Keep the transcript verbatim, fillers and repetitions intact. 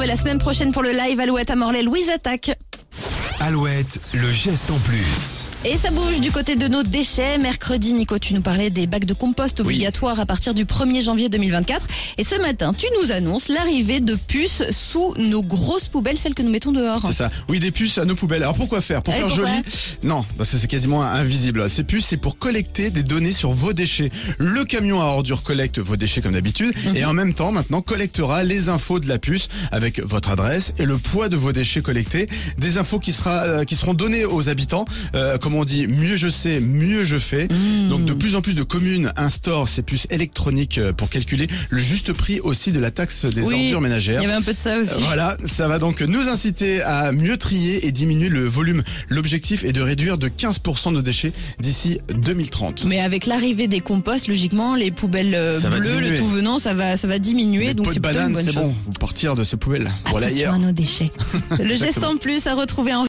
et la semaine prochaine pour le live Alouette à Morlaix, Louise attaque. Alouette, le geste en plus. Et ça bouge du côté de nos déchets. Mercredi, Nico, tu nous parlais des bacs de compost obligatoires oui. à partir du premier janvier deux mille vingt-quatre. Et ce matin, tu nous annonces l'arrivée de puces sous nos grosses poubelles, celles que nous mettons dehors. C'est ça. Oui, des puces à nos poubelles. Alors pourquoi faire Pour Et faire pourquoi joli Non, parce que c'est quasiment invisible. Ces puces, c'est pour collecter des données sur vos déchets. Le camion à ordures collecte vos déchets comme d'habitude Mhm. et en même temps, maintenant, collectera les infos de la puce avec votre adresse et le poids de vos déchets collectés. Des infos qui, sera, euh, qui seront données aux habitants. Euh, comme on dit, mieux je sais, mieux je fais. Mmh. Donc de plus en plus de communes instaurent ces puces électroniques pour calculer le juste prix aussi de la taxe des Oui, ordures ménagères. Il y avait un peu de ça aussi. Voilà, ça va donc nous inciter à mieux trier et diminuer le volume. L'objectif est de réduire de quinze pour cent nos déchets d'ici deux mille trente. Mais avec l'arrivée des composts, logiquement, les poubelles euh, Ça va bleues, diminuer. le tout venant, ça va, ça va diminuer. Les donc pots c'est de plutôt une banane, bonne c'est chose. bon, vous partir de ces poubelles. Voilà Attention hier. à nos déchets. Le geste en plus à retrouver en